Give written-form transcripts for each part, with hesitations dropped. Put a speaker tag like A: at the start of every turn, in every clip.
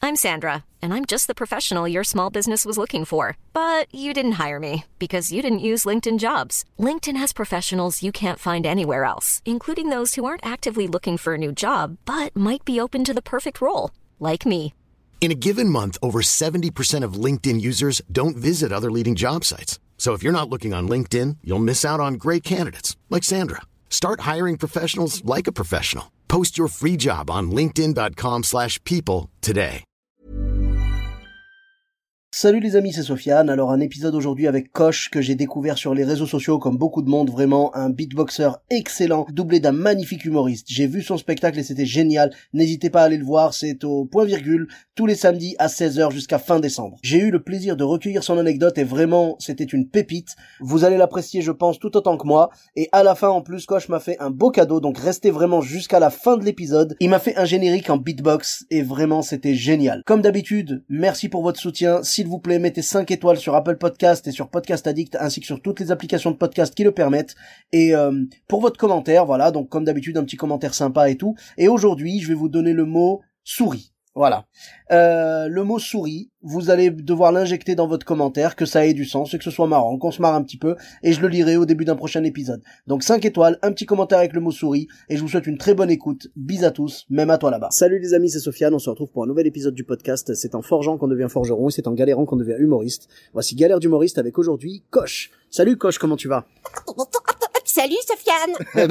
A: I'm Sandra, and I'm just the professional your small business was looking for. But you didn't hire me because you didn't use LinkedIn Jobs. LinkedIn has professionals you can't find anywhere else, including those who aren't actively looking for a new job, but might be open to the perfect role, like me.
B: In a given month, over 70% of LinkedIn users don't visit other leading job sites. So if you're not looking on LinkedIn, you'll miss out on great candidates like Sandra. Start hiring professionals like a professional. Post your free job on linkedin.com/people today.
C: Salut les amis, c'est Sofiane. Alors un épisode aujourd'hui avec Koch que j'ai découvert sur les réseaux sociaux comme beaucoup de monde, vraiment un beatboxer excellent, doublé d'un magnifique humoriste. J'ai vu son spectacle et c'était génial. N'hésitez pas à aller le voir, c'est au Point Virgule, tous les samedis à 16h jusqu'à fin décembre. J'ai eu le plaisir de recueillir son anecdote et vraiment c'était une pépite. Vous allez l'apprécier je pense tout autant que moi. Et à la fin en plus, Koch m'a fait un beau cadeau, donc restez vraiment jusqu'à la fin de l'épisode. Il m'a fait un générique en beatbox et vraiment c'était génial. Comme d'habitude, merci pour votre soutien. S'il vous plaît, mettez 5 étoiles sur Apple Podcast et sur Podcast Addict ainsi que sur toutes les applications de podcast qui le permettent. Et pour votre commentaire, voilà, donc comme d'habitude un petit commentaire sympa et tout. Et aujourd'hui, je vais vous donner le mot souris. Voilà. Le mot souris, vous allez devoir l'injecter dans votre commentaire, que ça ait du sens et que ce soit marrant, qu'on se marre un petit peu, et je le lirai au début d'un prochain épisode. Donc 5 étoiles, un petit commentaire avec le mot souris, et je vous souhaite une très bonne écoute. Bis à tous, même à toi là-bas. Salut les amis, c'est Sofiane, on se retrouve pour un nouvel épisode du podcast. C'est en forgeant qu'on devient forgeron, et c'est en galérant qu'on devient humoriste. Voici Galère d'humoriste avec aujourd'hui Koch. Salut Koch, comment tu vas?
D: Salut Sofiane.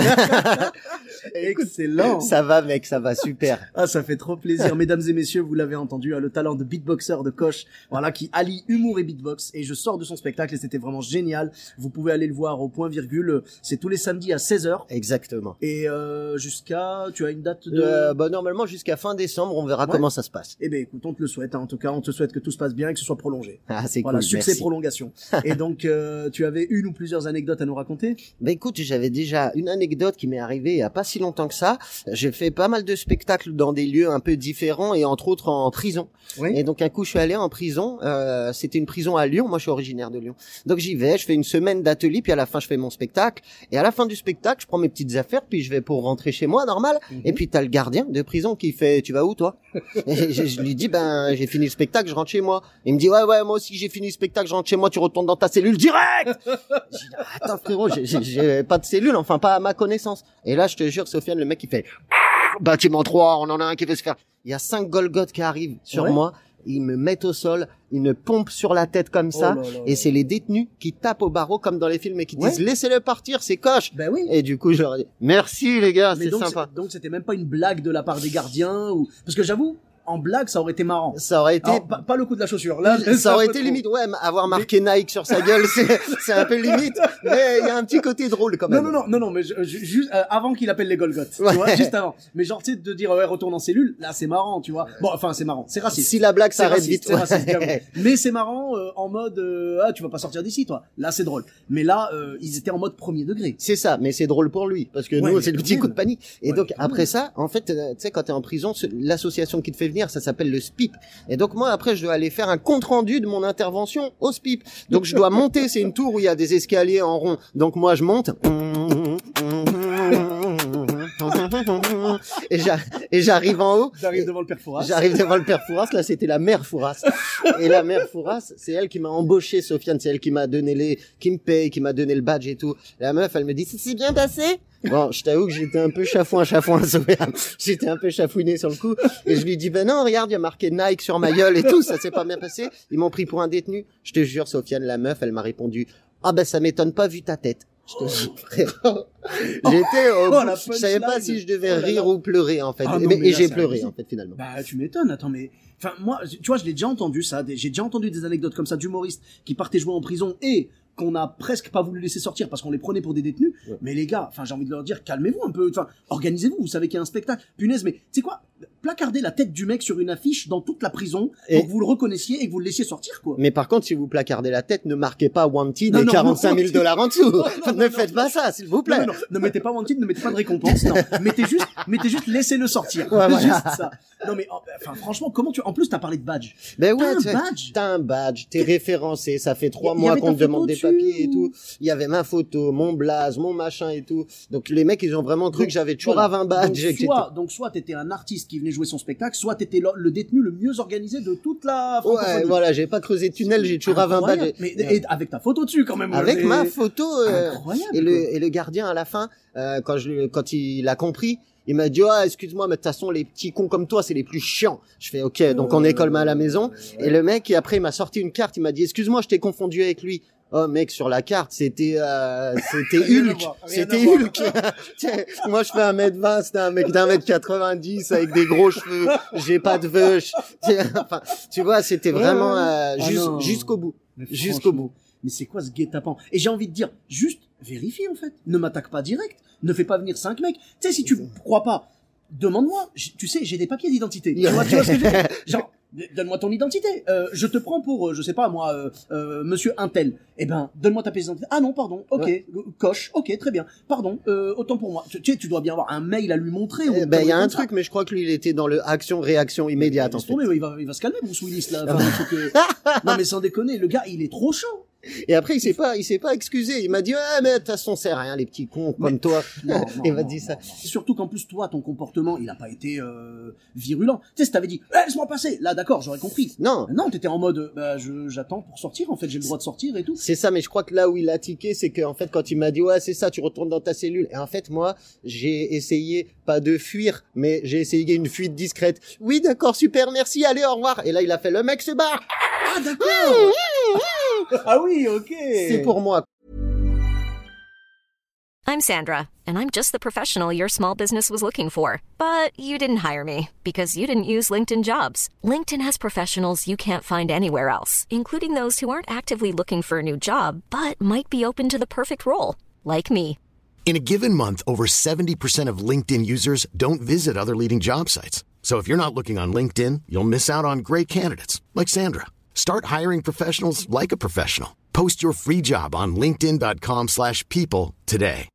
C: Excellent.
E: Ça va mec, ça va super.
C: Ah, ça fait trop plaisir. Mesdames et messieurs, vous l'avez entendu, le talent de beatboxer de Koch, voilà, qui allie humour et beatbox. Et je sors de son spectacle et c'était vraiment génial. Vous pouvez aller le voir au Point Virgule. C'est tous les samedis à 16h.
E: Exactement.
C: Et jusqu'à, tu as une date de...
E: Normalement jusqu'à fin décembre, on verra comment ça se passe.
C: Eh ben écoute, on te le souhaite, hein. En tout cas, on te souhaite que tout se passe bien et que ce soit prolongé.
E: Ah, c'est
C: voilà,
E: cool,
C: succès,
E: merci.
C: prolongation. Et donc, tu avais une ou plusieurs anecdotes à nous raconter?
E: Bah écoute, j'avais déjà une anecdote qui m'est arrivée il y a pas si longtemps que ça. J'ai fait pas mal de spectacles dans des lieux un peu différents et entre autres en prison.
C: Oui.
E: Et donc un coup je suis allé en prison, c'était une prison à Lyon, moi je suis originaire de Lyon. Donc j'y vais, je fais une semaine d'atelier puis à la fin je fais mon spectacle et à la fin du spectacle, je prends mes petites affaires puis je vais pour rentrer chez moi normal et puis t'as le gardien de prison qui fait "Tu vas où toi?" Et je lui dis "Ben j'ai fini le spectacle, je rentre chez moi." Il me dit "Ouais moi aussi j'ai fini le spectacle, je rentre chez moi, tu retournes dans ta cellule direct." Je dis "Attends frérot, j'ai pas de cellule, enfin pas à ma connaissance." Et là je te jure Sofiane, le mec il fait "Bâtiment 3, on en a un qui veut se faire." Il y a 5 Golgoth qui arrivent sur moi, ils me mettent au sol, ils me pompent sur la tête comme ça, et c'est les détenus qui tapent au barreau comme dans les films et qui disent "Laissez-le partir, c'est Koch."
C: Ben oui.
E: Et du coup je leur dis "Merci les gars,
C: Mais
E: c'est
C: donc,
E: sympa."
C: donc c'était même pas une blague de la part des gardiens ou parce que j'avoue, en blague, ça aurait été marrant.
E: Ça aurait été...
C: Alors, pas le coup de la chaussure. Là,
E: ça aurait été limite, ouais, avoir marqué Nike sur sa gueule, c'est un peu limite, mais il y a un petit côté drôle quand même.
C: Non, mais juste avant qu'il appelle les Golgoth, tu vois, juste avant. Mais genre, tu sais, de dire, ouais, retourne en cellule, là, c'est marrant, tu vois. Bon, enfin, c'est marrant, c'est raciste.
E: Si la blague s'arrête vite.
C: C'est raciste, mais c'est marrant, en mode, ah, tu vas pas sortir d'ici, toi. Là, c'est drôle. Mais là, ils étaient en mode premier degré.
E: C'est ça, mais c'est drôle pour lui, parce que nous, c'est le petit coup de panique. Et donc, après ça, en fait, tu sais, quand t'es en prison, l'association qui te fait venir, ça s'appelle le SPIP. Et donc moi après je dois aller faire un compte rendu de mon intervention au SPIP. Donc je dois monter, c'est une tour où il y a des escaliers en rond. Donc moi je monte et j'arrive en haut.
C: J'arrive devant le père Fouras.
E: J'arrive devant le père Fouras, là c'était la mère Fouras. Et la mère Fouras, c'est elle qui m'a embauché, Sofiane, c'est elle qui m'a donné qui me paye, qui m'a donné le badge et tout. La meuf, elle me dit "C'est bien passé?" Bon, je t'avoue que j'étais un peu chafouin, Sofiane. J'étais un peu chafouiné sur le coup. Et je lui dis, ben non, regarde, il y a marqué Nike sur ma gueule et tout, ça s'est pas bien passé. Ils m'ont pris pour un détenu. Je te jure, Sofiane, la meuf, elle m'a répondu, "Ah ben ça m'étonne pas vu ta tête." Je te jure, frérot. Je savais pas si je devais rire ou pleurer, en fait.
C: Ah non,
E: et
C: là,
E: j'ai pleuré, en fait, finalement.
C: Bah, tu m'étonnes, attends, mais, enfin, moi, tu vois, je l'ai déjà entendu, ça, j'ai déjà entendu des anecdotes comme ça d'humoristes qui partaient jouer en prison et qu'on a presque pas voulu laisser sortir parce qu'on les prenait pour des détenus. Ouais. Mais les gars, enfin, j'ai envie de leur dire, calmez-vous un peu, enfin, organisez-vous, vous savez qu'il y a un spectacle. Punaise, mais, tu sais quoi? Placarder la tête du mec sur une affiche dans toute la prison pour que vous le reconnaissiez et que vous le laissiez sortir, quoi.
E: Mais par contre, si vous placardez la tête, ne marquez pas Wanted et 45 000 $ en dessous. Ne faites pas ça, s'il vous plaît.
C: Non, ne mettez pas Wanted, ne mettez pas de récompense, non. mettez juste laissez-le sortir.
E: Ouais, voilà.
C: Juste ça. Non, mais, enfin, franchement, comment en plus, t'as parlé de badge.
E: Ben ouais,
C: t'as un badge.
E: T'es référencé, ça fait 3 mois qu'on te demande des papier et tout. Il y avait ma photo, mon blaze, mon machin et tout. Donc les mecs, ils ont vraiment cru que j'avais toujours à 20 badges.
C: Donc soit t'étais un artiste qui venait jouer son spectacle, soit t'étais le détenu le mieux organisé de toute la francophonie.
E: Ouais, voilà, j'ai pas creusé de tunnel, j'ai toujours à 20 badges.
C: Mais et avec ta photo dessus quand même.
E: Avec ma photo.
C: Incroyable.
E: Et le gardien à la fin, quand il a compris, il m'a dit excuse-moi, mais de toute façon les petits cons comme toi c'est les plus chiants. Je fais ok, donc on est colma à la maison. Et le mec après il m'a sorti une carte, il m'a dit excuse-moi, je t'ai confondu avec lui. Oh mec, sur la carte c'était Hulk, c'était Hulk. Moi je fais 1m20, c'était un mec d'1m90 avec des gros cheveux, j'ai pas de veuche. Enfin, tu vois, c'était vraiment jusqu'au bout. Jusqu'au bout.
C: Mais c'est quoi ce guet-apens? Et j'ai envie de dire, juste vérifie en fait. Ne m'attaque pas direct. Ne fais pas venir 5 mecs. Tu sais, si tu crois pas, demande-moi. Tu sais, j'ai des papiers d'identité. Tu vois ce que je veux dire? Genre, donne-moi ton identité. Je te prends pour, je sais pas moi, monsieur Intel. Eh ben, donne-moi ta pièce d'identité. Ah non, pardon. Ok, coche. Ok, très bien. Pardon. Autant pour moi. Tu sais, tu dois bien avoir un mail à lui montrer.
E: Ben, il y a un truc, mais je crois que lui, il était dans le action-réaction immédiate. En fait.
C: Il va se calmer, Bruce Willis là. Non mais sans déconner, le gars, il est trop chaud.
E: Et après, il s'est pas excusé. Il m'a dit, mais de toute façon, c'est rien, les petits cons comme toi. Il m'a dit ça.
C: C'est surtout qu'en plus, toi, ton comportement, il a pas été virulent. Tu sais, si t'avais dit, laisse-moi passer, là, d'accord, j'aurais compris.
E: Non.
C: Non, t'étais en mode, j'attends pour sortir, en fait, j'ai le droit de sortir et tout.
E: C'est ça, mais je crois que là où il a tiqué, c'est qu'en fait, quand il m'a dit, c'est ça, tu retournes dans ta cellule. Et en fait, moi, j'ai essayé, pas de fuir, mais j'ai essayé une fuite discrète. Oui, d'accord, super, merci, allez, au revoir. Et là, il a fait, le mec se barre.
C: Ah, d'accord. Ah oui, ok.
E: C'est pour moi.
A: I'm Sandra, and I'm just the professional your small business was looking for. But you didn't hire me because you didn't use LinkedIn Jobs. LinkedIn has professionals you can't find anywhere else, including those who aren't actively looking for a new job, but might be open to the perfect role, like me.
B: In a given month, over 70% of LinkedIn users don't visit other leading job sites. So if you're not looking on LinkedIn, you'll miss out on great candidates like Sandra. Start hiring professionals like a professional. Post your free job on linkedin.com/people today.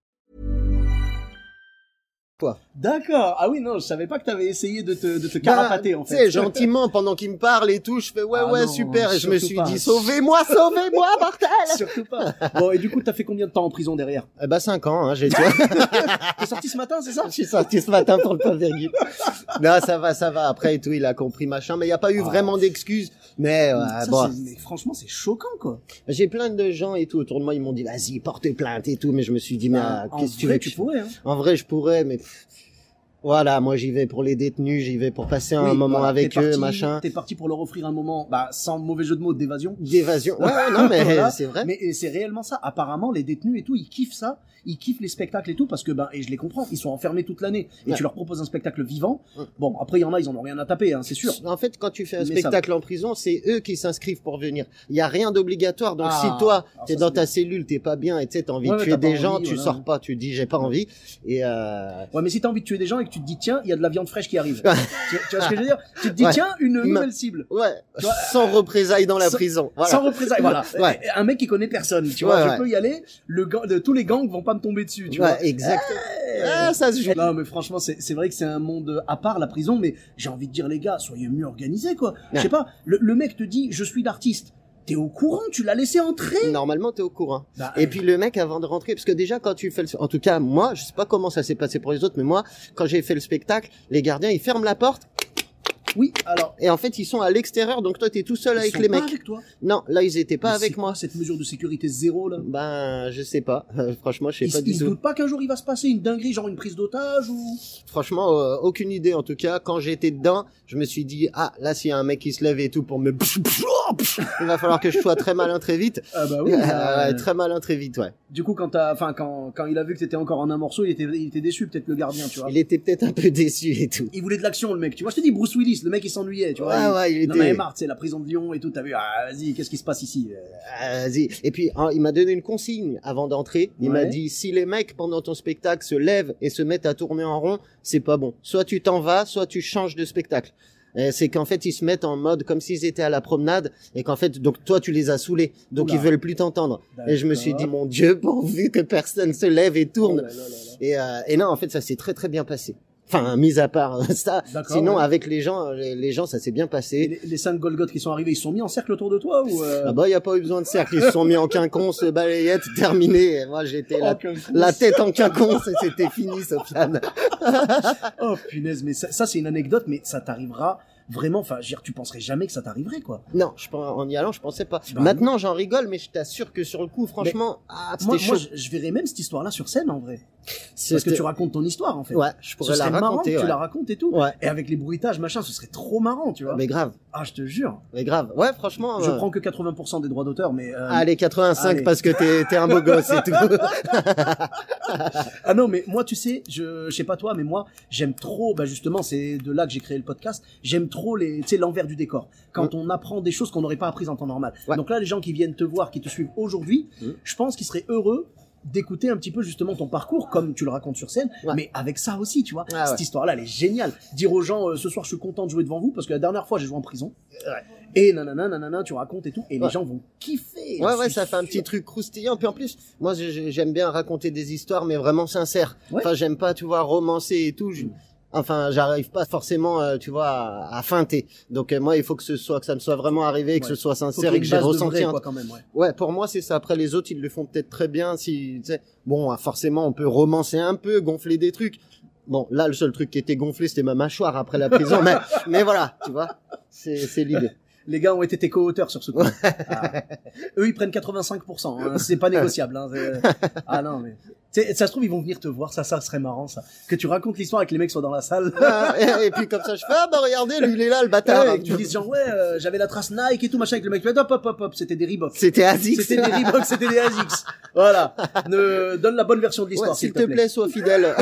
C: D'accord. Ah oui, non, je savais pas que t'avais essayé de te carapater, en fait.
E: Tu sais, gentiment, pendant qu'il me parle et tout, je fais non, super, et je me suis dit, sauvez-moi, bordel!
C: Surtout pas. Bon, et du coup, t'as fait combien de temps en prison derrière?
E: 5 ans, hein, j'ai dit.
C: T'es sorti ce matin, c'est ça?
E: Je suis sorti ce matin pour le point virgule. Non, ça va, après et tout, il a compris, machin, mais il y a pas eu vraiment d'excuses, mais
C: mais franchement, c'est choquant, quoi.
E: J'ai plein de gens et tout autour de moi, ils m'ont dit, vas-y, porte plainte et tout, mais je me suis dit, mais qu'est-ce que tu veux?
C: Tu pourrais, hein.
E: En vrai, je pourrais, mais voilà, moi j'y vais pour les détenus, j'y vais pour passer un moment avec eux, machin.
C: T'es parti pour leur offrir un moment, sans mauvais jeu de mots, d'évasion.
E: Ouais, non, mais voilà. C'est vrai.
C: Mais c'est réellement ça. Apparemment, les détenus et tout, ils kiffent ça. Ils kiffent les spectacles et tout parce que et je les comprends, ils sont enfermés toute l'année et tu leur proposes un spectacle vivant. Bon, après il y en a, ils en ont rien à taper, hein, c'est sûr.
E: En fait, quand tu fais un spectacle en prison, c'est eux qui s'inscrivent pour venir. Il y a rien d'obligatoire. Donc si toi, t'es dans ta cellule, t'es pas bien et tu sais, t'as envie de tuer des gens, tu sors pas, tu dis j'ai pas envie. Et
C: ouais, mais si t'as envie de tuer des gens et que tu te dis tiens, il y a de la viande fraîche qui arrive. tu vois ce que je veux dire? Tu te dis tiens, une nouvelle cible.
E: Ouais. Sans représailles dans la prison. Voilà.
C: Sans représailles, voilà.
E: Ouais.
C: Un mec qui connaît personne, tu vois, je peux y aller, tous les gangs vont pas me tomber dessus, tu vois.
E: Exactement. Ça se joue.
C: Non, mais franchement, c'est vrai que c'est un monde à part, la prison, mais j'ai envie de dire, les gars, soyez mieux organisés, quoi. Je sais pas, le mec te dit, je suis l'artiste. T'es au courant, tu l'as laissé entrer.
E: Normalement, t'es au courant. Et puis le mec, avant de rentrer, parce que déjà, quand tu fais en tout cas, moi, je sais pas comment ça s'est passé pour les autres, mais moi, quand j'ai fait le spectacle, les gardiens, ils ferment la porte.
C: Oui, alors.
E: Et en fait, ils sont à l'extérieur, donc toi, t'es tout seul avec les mecs. Ils sont pas
C: avec toi?
E: Non, là, ils étaient pas avec moi.
C: Cette mesure de sécurité zéro, là?
E: Je sais pas. Franchement, je sais pas du tout.
C: Ils se doutent pas qu'un jour il va se passer une dinguerie, genre une prise d'otage ou?
E: Franchement, aucune idée, en tout cas. Quand j'étais dedans, je me suis dit, là, s'il y a un mec qui se lève et tout pour me, il va falloir que je sois très malin très vite.
C: Ah bah oui.
E: Très malin très vite, ouais.
C: Du coup, quand il a vu que t'étais encore en un morceau, il était déçu, peut-être, le gardien, tu vois.
E: Il était peut-être un peu déçu et tout.
C: Il voulait de l'action, le mec. Tu vois, je te dis, Bruce Willis, le mec, il s'ennuyait, tu vois.
E: Il
C: en avait marre, tu sais, la prison de Lyon et tout, t'as vu, vas-y, qu'est-ce qui se passe ici?
E: Vas-y. Et puis, il m'a donné une consigne avant d'entrer. Il m'a dit, si les mecs, pendant ton spectacle, se lèvent et se mettent à tourner en rond, c'est pas bon. Soit tu t'en vas, soit tu changes de spectacle. C'est qu'en fait, ils se mettent en mode comme s'ils étaient à la promenade et qu'en fait, donc toi, tu les as saoulés. Donc, ils veulent plus t'entendre. Et je me suis dit, mon Dieu, pourvu que personne se lève et tourne. Et non, en fait, ça s'est très, très bien passé. Enfin, mis à part ça.
C: D'accord,
E: Sinon,
C: ouais.
E: avec les gens, ça s'est bien
C: Et
E: passé.
C: les 5 Golgoth qui sont arrivés, ils se sont mis en cercle autour de toi ou
E: Ah bah, y a pas eu besoin de cercle. Ils se sont mis en quinconce, balayette, terminé. Et moi, j'étais la tête en quinconce et c'était fini, Sofiane.
C: Oh punaise, mais ça c'est une anecdote, mais ça t'arrivera vraiment, enfin, je veux dire, tu penserais jamais que ça t'arriverait, quoi.
E: Non, en y allant, je pensais pas.
C: Bah,
E: Maintenant, j'en rigole, mais je t'assure que sur le coup, franchement, c'était chaud.
C: Moi, je verrais même cette histoire-là sur scène, en vrai. Parce que
E: C'était-
C: tu racontes ton histoire, en fait.
E: Ouais, je
C: Ce
E: pourrais la
C: serait marrant que
E: raconter,
C: tu
E: ouais.
C: la racontes et tout.
E: Ouais.
C: Et avec les bruitages, machin, ce serait trop marrant, tu vois.
E: Mais grave,
C: Ah, je te jure.
E: mais grave. Ouais, franchement.
C: Je prends que 80% des droits d'auteur, mais...
E: Allez, 85
C: allez.
E: parce que t'es un beau gosse et tout.
C: Ah non, mais moi, tu sais, je sais pas toi, mais moi, j'aime trop, bah justement, c'est de là que j'ai créé le podcast, j'aime trop tu sais, l'envers du décor. Quand on apprend des choses qu'on n'aurait pas apprises en temps normal.
E: Ouais.
C: Donc là, les gens qui viennent te voir, qui te suivent aujourd'hui, je pense qu'ils seraient heureux d'écouter un petit peu justement ton parcours, comme tu le racontes sur scène,
E: Ouais.
C: mais avec ça aussi, tu vois.
E: Ah
C: Cette
E: ouais.
C: histoire-là, elle est géniale. Dire aux gens, ce soir, je suis content de jouer devant vous, parce que la dernière fois, j'ai joué en prison. Et nanana, tu racontes et tout, et les gens vont kiffer.
E: Ouais,
C: je
E: ouais,
C: suis
E: ça fait un
C: sûr.
E: petit truc croustillant. Puis en plus, moi, j'aime bien raconter des histoires, mais vraiment sincères.
C: Ouais.
E: Enfin, j'aime pas, tu vois, romancer et tout. Enfin, j'arrive pas forcément, tu vois, à feinter. Donc moi, il faut que ça me soit vraiment arrivé, que
C: Ouais.
E: ce soit
C: Faut qu'il
E: sincère
C: y ait
E: et que
C: une
E: j'ai
C: base de
E: ressenti
C: vrai,
E: un
C: quoi, quand même, ouais.
E: Ouais, pour moi, c'est ça. Après, les autres, ils le font peut-être très bien. Si, tu sais, bon, forcément, on peut romancer un peu, gonfler des trucs. Bon, là, le seul truc qui était gonflé, c'était ma mâchoire après la prison. mais voilà, tu vois, c'est l'idée.
C: Les gars ont été tes co-auteurs sur ce coup. Ah. Eux, ils prennent 85%. Hein. C'est pas négociable. Hein. Ah non, mais... ça se trouve, ils vont venir te voir. Ça serait marrant, ça. Que tu racontes l'histoire et que les mecs soient dans la salle.
E: Et puis comme ça, je fais, ah bah regardez, lui, il est là, le bâtard.
C: Ouais, et que tu dises genre, ouais, j'avais la trace Nike et tout, machin, avec le mec. Hop, c'était des Reebok.
E: C'était Asics.
C: C'était des Reebok, c'était des Asics. Voilà. Donne la bonne version de
E: Ouais,
C: l'histoire,
E: s'il te plaît, sois fidèle.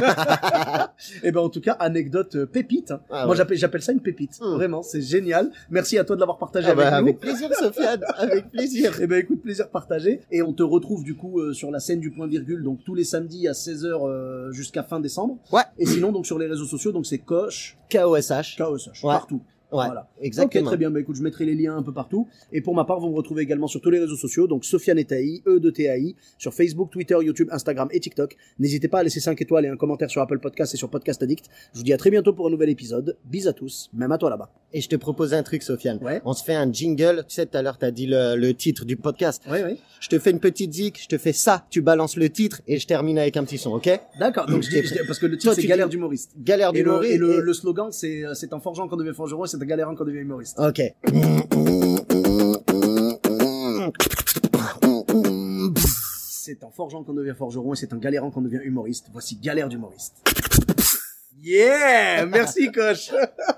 C: Et ben en tout cas, anecdote pépite. Hein.
E: Ah
C: Moi,
E: ouais.
C: j'appelle ça une pépite. Vraiment, c'est génial. Merci à toi de l'avoir partagé
E: Ah bah,
C: avec nous.
E: avec plaisir, Sofiane, avec plaisir.
C: Eh ben écoute, plaisir partagé. Et on te retrouve du coup sur la scène du Point Virgule, donc tous les samedis à 16h jusqu'à fin décembre.
E: Ouais.
C: Et sinon donc sur les réseaux sociaux, donc c'est Koch,
E: KOSH.
C: KOSH,
E: Ouais.
C: partout.
E: Ouais,
C: Voilà.
E: exactement.
C: Ok, très bien. Bah écoute, je mettrai les liens un peu partout. Et pour ma part, vous me retrouvez également sur tous les réseaux sociaux, donc Sofiane Etaï, E2TAI, sur Facebook, Twitter, YouTube, Instagram et TikTok. N'hésitez pas à laisser 5 étoiles et un commentaire sur Apple Podcast et sur Podcast Addict. Je vous dis à très bientôt pour un nouvel épisode. Bis à tous, même à toi là-bas.
E: Et je te propose un truc, Sofiane.
C: Ouais.
E: On se fait un jingle. Tu sais, tout à l'heure, t'as dit le titre du podcast.
C: Oui, oui.
E: Je te fais une petite zik, je te fais ça, tu balances le titre et je termine avec un petit son, ok?
C: D'accord. Donc parce que le titre
E: Toi,
C: c'est
E: tu
C: Galère
E: dis-
C: d'humoriste.
E: Galère
C: Et,
E: d'humoriste.
C: le slogan c'est en forgeant qu'on devient forgeron et c'est en galérant qu'on devient humoriste.
E: Ok.
C: C'est en forgeant qu'on devient forgeron et c'est en galérant qu'on devient humoriste. Voici Galère d'humoriste. Yeah! Merci, Coach!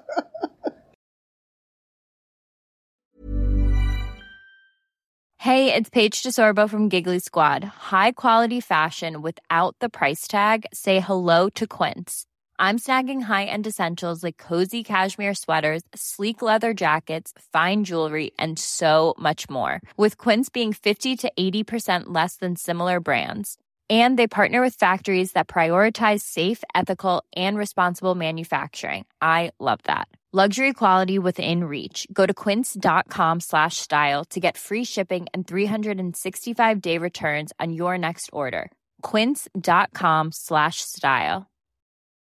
F: Hey, it's Paige DeSorbo from Giggly Squad. High quality fashion without the price tag. Say hello to Quince. I'm snagging high-end essentials like cozy cashmere sweaters, sleek leather jackets, fine jewelry, and so much more. With Quince being 50 to 80% less than similar brands. And they partner with factories that prioritize safe, ethical, and responsible manufacturing. I love that. Luxury quality within reach. Go to quince.com/style to get free shipping and 365-day returns on your next order. Quince.com/style.